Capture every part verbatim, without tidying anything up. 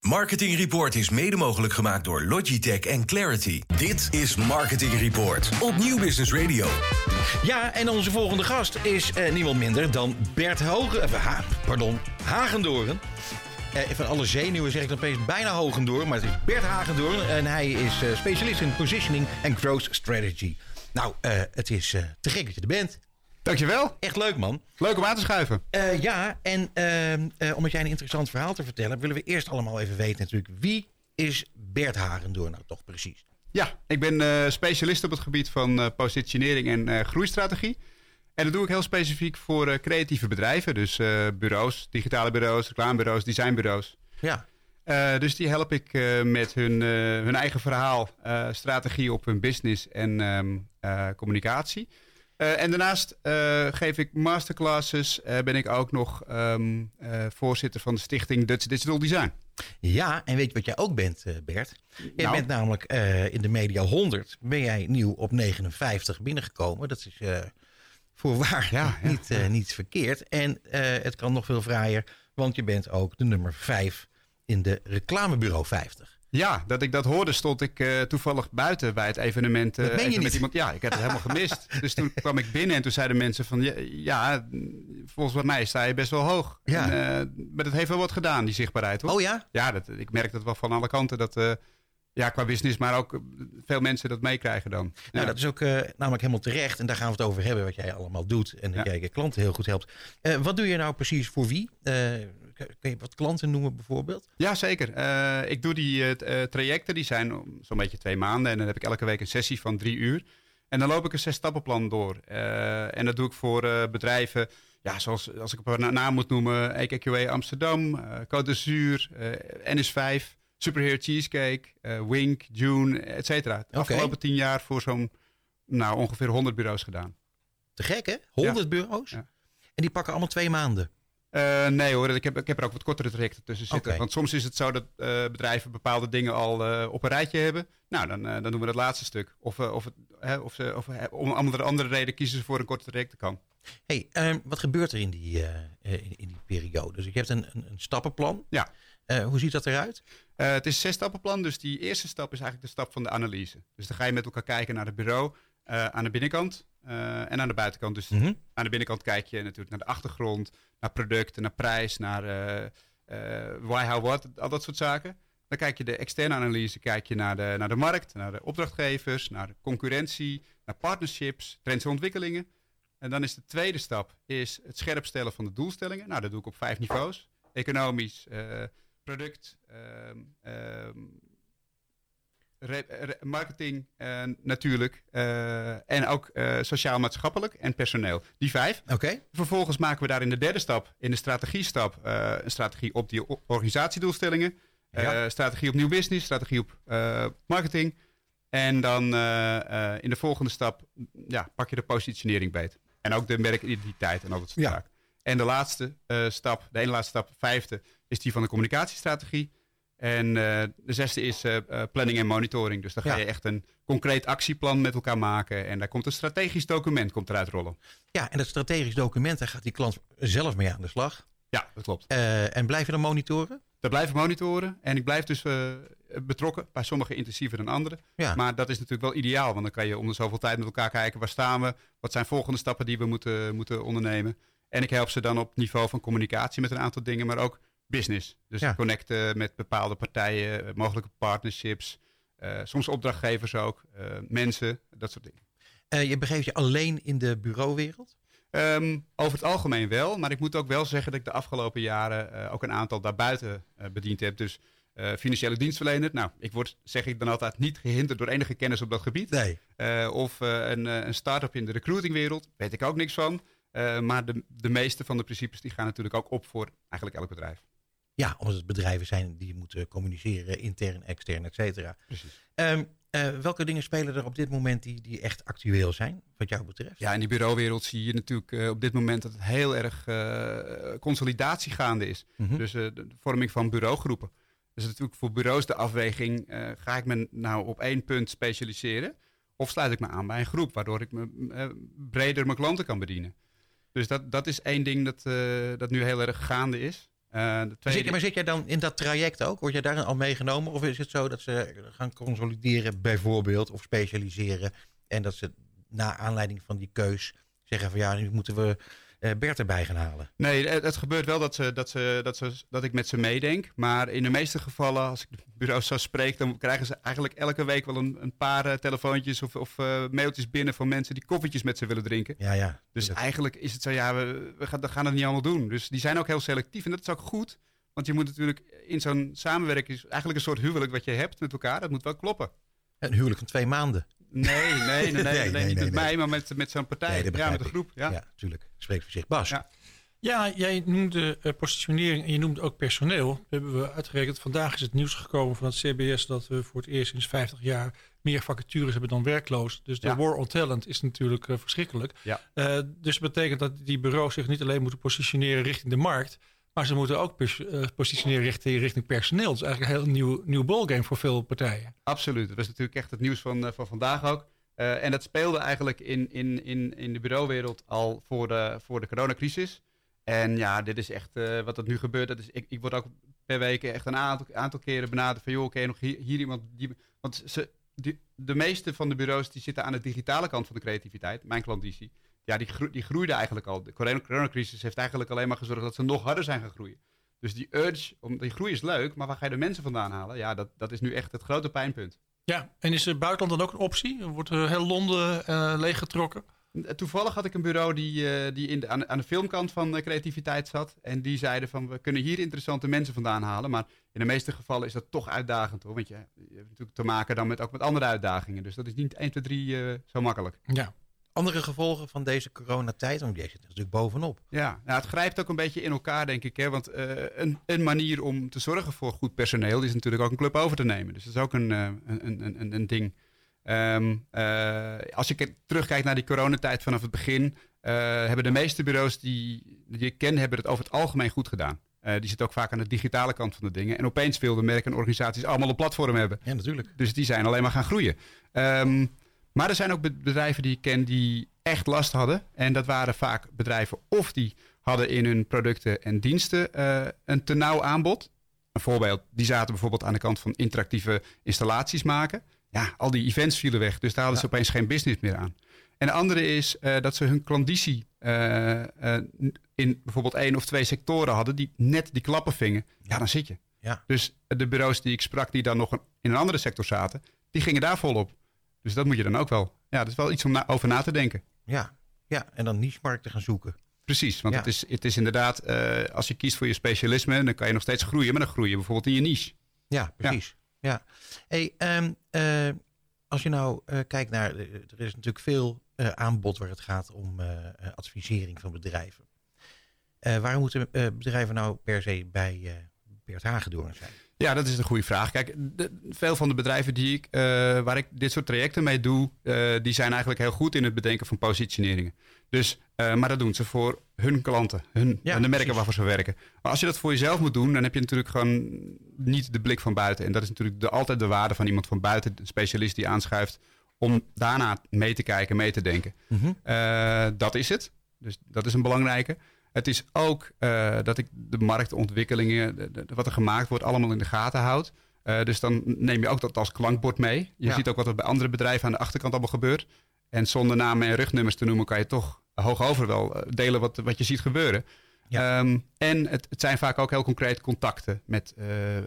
Marketing Report is mede mogelijk gemaakt door Logitech en Clarity. Dit is Marketing Report op Nieuw Business Radio. Ja, en onze volgende gast is uh, niemand minder dan Bert Hoge, uh, ha, pardon, Hagendoorn. Uh, van alle zenuwen zeg ik dan opeens bijna Hogendoorn, maar het is Bert Hagendoorn. En hij is uh, specialist in positioning en growth strategy. Nou, uh, het is uh, te gek dat je er bent. Dankjewel. Echt leuk, man. Leuk om aan te schuiven. Uh, ja, en uh, uh, omdat jij een interessant verhaal te vertellen, willen we eerst allemaal even weten natuurlijk, wie is Bert Hagendoorn nou toch precies? Ja, ik ben uh, specialist op het gebied van uh, positionering en uh, groeistrategie. En dat doe ik heel specifiek voor uh, creatieve bedrijven. Dus uh, bureaus, digitale bureaus, reclamebureaus, designbureaus. Ja. Uh, dus die help ik uh, met hun, uh, hun eigen verhaal, uh, strategie op hun business en um, uh, communicatie. Uh, en daarnaast uh, geef ik masterclasses. Uh, ben ik ook nog um, uh, voorzitter van de stichting Dutch Digital Design. Ja, en weet je wat jij ook bent, uh, Bert? Jij nou. bent namelijk uh, in de Media honderd. Ben jij nieuw op negenenvijftig binnengekomen. Dat is uh, voorwaar ja, ja, niet, uh, niet verkeerd. En uh, het kan nog veel fraaier, want je bent ook de nummer vijf in de reclamebureau vijftig. Ja, dat ik dat hoorde stond ik uh, toevallig buiten bij het evenement. Uh, dat meen je met niet? iemand. Ja, ik had het helemaal gemist. Dus toen kwam ik binnen en toen zeiden mensen van... Ja, ja volgens mij sta je best wel hoog. Ja. En, uh, maar dat heeft wel wat gedaan, die zichtbaarheid. Hoor. Oh ja? Ja, dat, ik merk dat wel van alle kanten. Dat, uh, ja, qua business, maar ook veel mensen dat meekrijgen dan. Nou, ja. dat is ook uh, namelijk helemaal terecht. En daar gaan we het over hebben, wat jij allemaal doet. En dat Ja. jij je klanten heel goed helpt. Uh, wat doe je nou precies voor wie? Uh, kun je wat klanten noemen bijvoorbeeld? Ja, zeker. Uh, ik doe die uh, trajecten. Die zijn zo'n beetje twee maanden. En dan heb ik elke week een sessie van drie uur. En dan loop ik een zes-stappenplan door. Uh, en dat doe ik voor uh, bedrijven... Ja, zoals als ik op een naam moet noemen... E K Q A Amsterdam, uh, Côte d'Azur, uh, N S vijf... Superheer Cheesecake, uh, Wink, June, et cetera. De okay. afgelopen tien jaar voor zo'n nou, ongeveer honderd bureaus gedaan. Te gek, hè? honderd ja. bureaus? Ja. En die pakken allemaal twee maanden? Uh, nee hoor, ik heb, ik heb er ook wat kortere trajecten tussen zitten. Okay. Want soms is het zo dat uh, bedrijven bepaalde dingen al uh, op een rijtje hebben. Nou, dan, uh, dan doen we dat laatste stuk. Of, uh, of, het, hè, of, ze, of om andere, andere reden kiezen ze voor een korte traject kan. Hey, um, wat gebeurt er in die, uh, in, in die periode? Dus je hebt een, een, een stappenplan. Ja. Uh, hoe ziet dat eruit? Uh, het is een zes-stappenplan, dus die eerste stap is eigenlijk de stap van de analyse. Dus dan ga je met elkaar kijken naar het bureau uh, aan de binnenkant uh, en aan de buitenkant. Dus mm-hmm. aan de binnenkant kijk je natuurlijk naar de achtergrond, naar producten, naar prijs, naar uh, uh, why, how, what, al dat soort zaken. Dan kijk je de externe analyse, kijk je naar de, naar de markt, naar de opdrachtgevers, naar de concurrentie, naar partnerships, trends en ontwikkelingen. En dan is de tweede stap is het scherp stellen van de doelstellingen. Nou, dat doe ik op vijf niveaus. Economisch, uh, product, um, um, re, re, marketing uh, natuurlijk. Uh, en ook uh, sociaal-maatschappelijk en personeel. Die vijf. Okay. Vervolgens maken we daar in de derde stap, in de strategiestap, uh, een strategie op die organisatiedoelstellingen. Ja. Uh, strategie op nieuw business, strategie op uh, marketing. En dan uh, uh, in de volgende stap ja, pak je de positionering beet. En ook de merkidentiteit en al dat soort ja. zaken. En de laatste uh, stap, de ene laatste stap, vijfde, is die van de communicatiestrategie. En uh, de zesde is uh, uh, planning en monitoring. Dus dan ga ja. je echt een concreet actieplan met elkaar maken. En daar komt een strategisch document komt eruit rollen. Ja, en dat strategisch document, daar gaat die klant zelf mee aan de slag. Ja, dat klopt. Uh, en blijf je dan monitoren? Dat blijf ik monitoren. En ik blijf dus uh, betrokken. Bij sommigen intensiever dan anderen. Ja. Maar dat is natuurlijk wel ideaal. Want dan kan je om de zoveel tijd met elkaar kijken. Waar staan we? Wat zijn volgende stappen die we moeten, moeten ondernemen? En ik help ze dan op niveau van communicatie met een aantal dingen. Maar ook business. Dus ja. connecten met bepaalde partijen. Mogelijke partnerships. Uh, soms opdrachtgevers ook. Uh, mensen. Dat soort dingen. Uh, je begeeft je alleen in de bureauwereld? Um, over het algemeen wel, maar ik moet ook wel zeggen dat ik de afgelopen jaren uh, ook een aantal daarbuiten uh, bediend heb. Dus uh, financiële dienstverlener. Nou, ik word, zeg ik dan altijd, niet gehinderd door enige kennis op dat gebied. Nee. Uh, of uh, een, een start-up in de recruitingwereld, weet ik ook niks van. Uh, maar de, de meeste van de principes die gaan natuurlijk ook op voor eigenlijk elk bedrijf. Ja, omdat het bedrijven zijn die moeten communiceren, intern, extern, et cetera. Precies. Um, uh, welke dingen spelen er op dit moment die, die echt actueel zijn, wat jou betreft? Ja, in die bureauwereld zie je natuurlijk uh, op dit moment dat het heel erg uh, consolidatie gaande is. Mm-hmm. Dus uh, de, de vorming van bureaugroepen. Dus natuurlijk voor bureaus de afweging, uh, ga ik me nou op één punt specialiseren? Of sluit ik me aan bij een groep, waardoor ik me, uh, breder mijn klanten kan bedienen? Dus dat, dat is één ding dat, uh, dat nu heel erg gaande is. Uh, de tweede... zit, maar zit jij dan in dat traject ook? Word jij daar al meegenomen? Of is het zo dat ze gaan consolideren bijvoorbeeld of specialiseren en dat ze na aanleiding van die keus zeggen van ja, nu moeten we uh, Bert erbij gaan halen? Nee, het, het gebeurt wel dat, ze, dat, ze, dat, ze, dat ik met ze meedenk. Maar in de meeste gevallen, als ik de bureaus zo spreek, dan krijgen ze eigenlijk elke week wel een, een paar uh, telefoontjes of, of uh, mailtjes binnen van mensen die koffietjes met ze willen drinken. Ja, ja. Dus dat... eigenlijk is het zo, ja, we, we, gaan, we gaan het niet allemaal doen. Dus die zijn ook heel selectief en dat is ook goed. Want je moet natuurlijk in zo'n samenwerking, eigenlijk een soort huwelijk wat je hebt met elkaar, dat moet wel kloppen. Een huwelijk van twee maanden. Nee, nee, nee, nee, nee, nee, nee niet nee, met nee. mij, maar met, met zo'n partij. Nee, ja, met een groep. Ja, ja natuurlijk. Spreekt voor zich. Bas. Ja, ja jij noemde uh, positionering en je noemde ook personeel. Dat hebben we uitgerekend. Vandaag is het nieuws gekomen van het C B S dat we voor het eerst sinds vijftig jaar meer vacatures hebben dan werkloos. Dus de ja. war on talent is natuurlijk uh, verschrikkelijk. Ja. Uh, dus dat betekent dat die bureaus zich niet alleen moeten positioneren richting de markt, maar ze moeten ook pers- uh, positioneren richting, richting personeel. Dat is eigenlijk een heel nieuw, nieuw ballgame voor veel partijen. Absoluut. Dat is natuurlijk echt het nieuws van, uh, van vandaag ook. Uh, en dat speelde eigenlijk in, in, in, in de bureauwereld al voor de, voor de coronacrisis. En ja, dit is echt uh, wat er nu gebeurt. Dat is, ik, ik word ook per week echt een aantal, aantal keren benaderd van joh, oké, okay, nog hier, hier iemand die. Want ze, die, de meeste van de bureaus die zitten aan de digitale kant van de creativiteit. Mijn klanditie. Ja, die, gro- die groeide eigenlijk al. De coronacrisis heeft eigenlijk alleen maar gezorgd dat ze nog harder zijn gaan groeien. Dus die urge, om, die groei is leuk, maar waar ga je de mensen vandaan halen? Ja, dat, dat is nu echt het grote pijnpunt. Ja, en is het buitenland dan ook een optie? Wordt uh, heel Londen uh, leeggetrokken? Toevallig had ik een bureau die, uh, die in de, aan, aan de filmkant van uh, creativiteit zat. En die zeiden van, we kunnen hier interessante mensen vandaan halen. Maar in de meeste gevallen is dat toch uitdagend, hoor. Want je, je hebt natuurlijk te maken dan met, ook met andere uitdagingen. Dus dat is niet één, twee, drie uh, zo makkelijk. Ja. Andere gevolgen van deze coronatijd, want die zit er natuurlijk bovenop. Ja, nou, het grijpt ook een beetje in elkaar, denk ik. Hè? Want uh, een, een manier om te zorgen voor goed personeel is natuurlijk ook een club over te nemen. Dus dat is ook een, uh, een, een, een, een ding. Um, uh, als je terugkijkt naar die coronatijd vanaf het begin, uh, hebben de meeste bureaus die, die ik ken, hebben het over het algemeen goed gedaan. Uh, die zitten ook vaak aan de digitale kant van de dingen. En opeens wilden merken en organisaties allemaal een platform hebben. Ja, natuurlijk. Dus die zijn alleen maar gaan groeien. Um, Maar er zijn ook bedrijven die ik ken die echt last hadden. En dat waren vaak bedrijven of die hadden in hun producten en diensten uh, een te nauw aanbod. Een voorbeeld, die zaten bijvoorbeeld aan de kant van interactieve installaties maken. Ja, al die events vielen weg, dus daar hadden ze ja. opeens geen business meer aan. En de andere is uh, dat ze hun klanditie uh, uh, in bijvoorbeeld één of twee sectoren hadden die net die klappen vingen. Ja, ja dan zit je. Ja. Dus de bureaus die ik sprak die dan nog een, in een andere sector zaten, die gingen daar volop. Dus dat moet je dan ook wel. Ja, dat is wel iets om na, over na te denken. Ja, ja, en dan niche-markten gaan zoeken. Precies, want ja. het, is, het is inderdaad, uh, als je kiest voor je specialisme, dan kan je nog steeds groeien, maar dan groei je bijvoorbeeld in je niche. Ja, precies. Ja. Ja. Hey, um, uh, als je nou uh, kijkt naar, uh, er is natuurlijk veel uh, aanbod waar het gaat om uh, uh, advisering van bedrijven. Uh, waarom moeten uh, bedrijven nou per se bij uh, Bert Hagedorn zijn? Ja, dat is een goede vraag. Kijk, de, veel van de bedrijven die ik, uh, waar ik dit soort trajecten mee doe, uh, die zijn eigenlijk heel goed in het bedenken van positioneringen. Dus, uh, maar dat doen ze voor hun klanten, hun, ja, en de merken precies. waarvoor ze werken. Maar als je dat voor jezelf moet doen, dan heb je natuurlijk gewoon niet de blik van buiten. En dat is natuurlijk de, altijd de waarde van iemand van buiten, een specialist die aanschuift, om daarna mee te kijken, mee te denken. Mm-hmm. Uh, dat is het. Dus dat is een belangrijke. Het is ook uh, dat ik de marktontwikkelingen, de, de, wat er gemaakt wordt, allemaal in de gaten houd. Uh, dus dan neem je ook dat als klankbord mee. Je ja. ziet ook wat er bij andere bedrijven aan de achterkant allemaal gebeurt. En zonder namen en rugnummers te noemen kan je toch hoog over wel delen wat, wat je ziet gebeuren. Ja. Um, en het, het zijn vaak ook heel concreet contacten met uh, uh,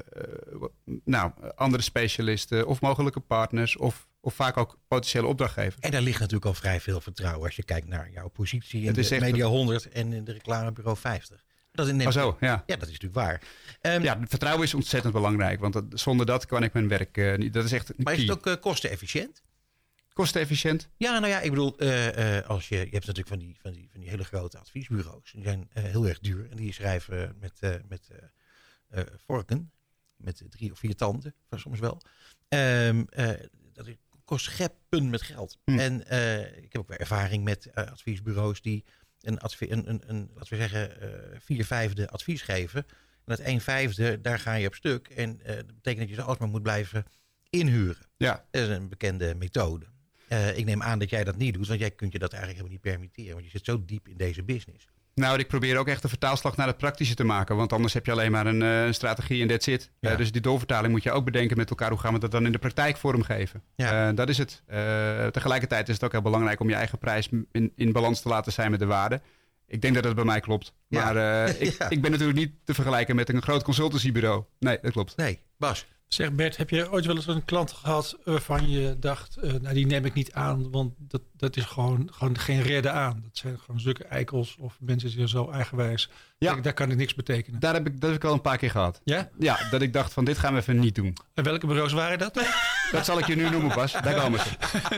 uh, nou, andere specialisten of mogelijke partners of, of vaak ook potentiële opdrachtgevers. En daar ligt natuurlijk al vrij veel vertrouwen als je kijkt naar jouw positie in de Media honderd en in de reclamebureau vijftig. Dat is oh zo, ja. ja, dat is natuurlijk waar. Um, ja, vertrouwen is ontzettend belangrijk, want dat, zonder dat kan ik mijn werk uh, niet. Dat is echt maar key. Is het ook uh, kostenefficiënt? Kostenefficiënt? Ja, nou ja, ik bedoel, uh, uh, als je, je hebt natuurlijk van die, van die, van die hele grote adviesbureaus. Die zijn uh, heel erg duur en die schrijven met, uh, met uh, uh, vorken, met drie of vier tanden, soms wel. Um, uh, dat kost scheppen met geld. Hm. En uh, ik heb ook weer ervaring met uh, adviesbureaus die een, advie- een, een, een laten we zeggen, uh, vier vijfde advies geven. En dat een vijfde, daar ga je op stuk. En uh, dat betekent dat je ze alsmaar moet blijven inhuren. Ja. Dat is een bekende methode. Uh, ik neem aan dat jij dat niet doet, want jij kunt je dat eigenlijk helemaal niet permitteren. Want je zit zo diep in deze business. Nou, ik probeer ook echt de vertaalslag naar het praktische te maken. Want anders heb je alleen maar een, uh, een strategie en that's it. Ja. Uh, dus die doorvertaling moet je ook bedenken met elkaar. Hoe gaan we dat dan in de praktijk vormgeven? Ja. Uh, dat is het. Uh, tegelijkertijd is het ook heel belangrijk om je eigen prijs in, in balans te laten zijn met de waarde. Ik denk dat het bij mij klopt. Ja. Maar uh, ik, ja. ik ben natuurlijk niet te vergelijken met een groot consultancybureau. Nee, dat klopt. Nee, Bas. Zeg Bert, heb je ooit wel eens een klant gehad waarvan je dacht, uh, nou die neem ik niet aan, want dat, dat is gewoon, gewoon geen redden aan. Dat zijn gewoon zulke eikels of mensen die zijn zo eigenwijs. Ja. Kijk, daar kan ik niks betekenen. Daar heb ik, dat heb ik al een paar keer gehad. Ja? Ja, dat ik dacht van dit gaan we even niet doen. En welke bureaus waren dat? Dat zal ik je nu noemen, Bas. Daar komen ze.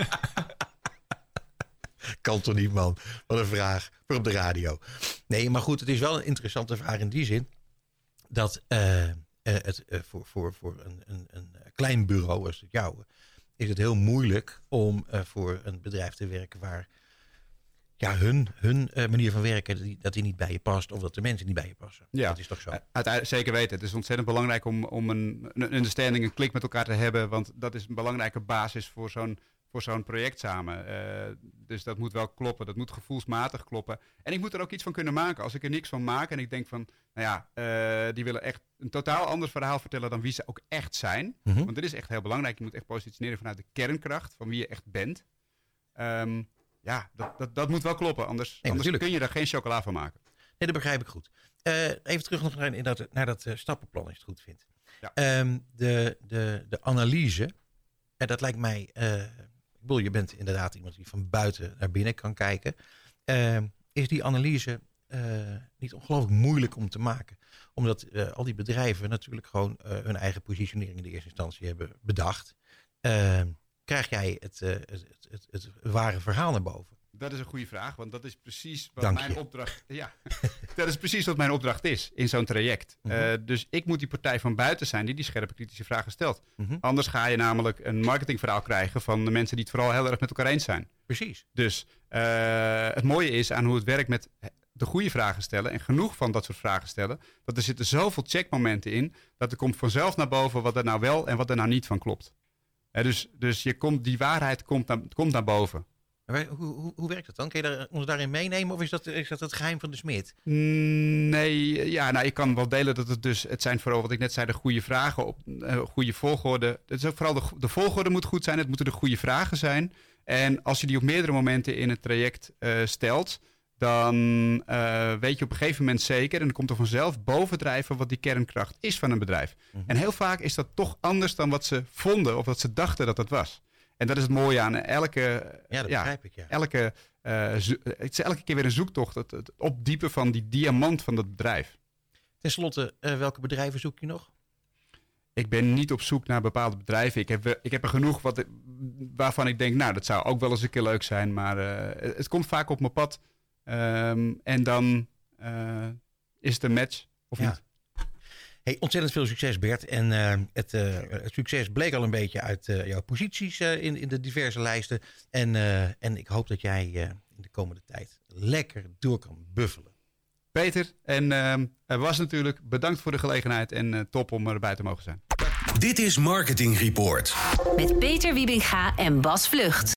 Kan toch niet, man? Wat een vraag voor op de radio. Nee, maar goed, het is wel een interessante vraag in die zin dat uh, uh, het uh, voor, voor, voor een, een, een klein bureau als het jouwe is het heel moeilijk om uh, voor een bedrijf te werken waar ja, hun, hun uh, manier van werken die, dat die niet bij je past of dat de mensen niet bij je passen. Ja, dat is toch zo? Uiteindelijk, zeker weten. Het is ontzettend belangrijk om, om een, een understanding, een klik met elkaar te hebben, want dat is een belangrijke basis voor zo'n voor zo'n project samen. Uh, dus dat moet wel kloppen. Dat moet gevoelsmatig kloppen. En ik moet er ook iets van kunnen maken. Als ik er niks van maak en ik denk van, nou ja, uh, die willen echt een totaal ander verhaal vertellen dan wie ze ook echt zijn. Mm-hmm. Want dit is echt heel belangrijk. Je moet echt positioneren vanuit de kernkracht van wie je echt bent. Um, ja, dat, dat, dat moet wel kloppen. Anders, nee, anders kun je er geen chocola van maken. Nee, dat begrijp ik goed. Uh, even terug nog naar, naar dat, naar dat uh, stappenplan, als je het goed vindt. Ja. Um, de, de, de analyse, en dat lijkt mij... Uh, Ik bedoel, je bent inderdaad iemand die van buiten naar binnen kan kijken. Uh, is die analyse uh, niet ongelooflijk moeilijk om te maken? Omdat uh, al die bedrijven natuurlijk gewoon uh, hun eigen positionering in de eerste instantie hebben bedacht. Uh, krijg jij het, uh, het, het, het, het ware verhaal naar boven? Dat is een goede vraag, want dat is precies wat Dank mijn je. opdracht ja, dat is precies wat mijn opdracht is in zo'n traject. Mm-hmm. Uh, dus ik moet die partij van buiten zijn die die scherpe kritische vragen stelt. Mm-hmm. Anders ga je namelijk een marketingverhaal krijgen van de mensen die het vooral heel erg met elkaar eens zijn. Precies. Dus uh, het mooie is aan hoe het werkt met de goede vragen stellen en genoeg van dat soort vragen stellen, dat er zitten zoveel checkmomenten in, dat er komt vanzelf naar boven wat er nou wel en wat er nou niet van klopt. Uh, dus dus je komt, die waarheid komt naar, komt naar boven. Maar hoe, hoe, hoe werkt dat dan? Kun je daar, ons daarin meenemen of is dat, is dat het geheim van de smid? Nee, ja, nou, ik kan wel delen dat het dus, het zijn vooral wat ik net zei, de goede vragen op uh, goede volgorde. Het is ook vooral de, de volgorde moet goed zijn, het moeten de goede vragen zijn. En als je die op meerdere momenten in het traject uh, stelt, dan uh, weet je op een gegeven moment zeker, en dan komt er vanzelf bovendrijven wat die kernkracht is van een bedrijf. Mm-hmm. En heel vaak is dat toch anders dan wat ze vonden of wat ze dachten dat het was. En dat is het mooie aan elke... Ja, dat begrijp ja, ik, ja. Elke, uh, zo, het is elke keer weer een zoektocht. Het, het opdiepen van die diamant van dat bedrijf. Ten slotte, uh, welke bedrijven zoek je nog? Ik ben niet op zoek naar bepaalde bedrijven. Ik heb, ik heb er genoeg wat, waarvan ik denk, nou, dat zou ook wel eens een keer leuk zijn. Maar uh, het komt vaak op mijn pad. Um, en dan uh, is het een match of ja. niet. Hey, ontzettend veel succes, Bert. En uh, het, uh, het succes bleek al een beetje uit uh, jouw posities uh, in, in de diverse lijsten. En, uh, en ik hoop dat jij uh, in de komende tijd lekker door kan buffelen. Peter, en uh, er was natuurlijk bedankt voor de gelegenheid en uh, top om erbij te mogen zijn. Dit is Marketing Report. Met Peter Wiebinga en Bas Vlucht.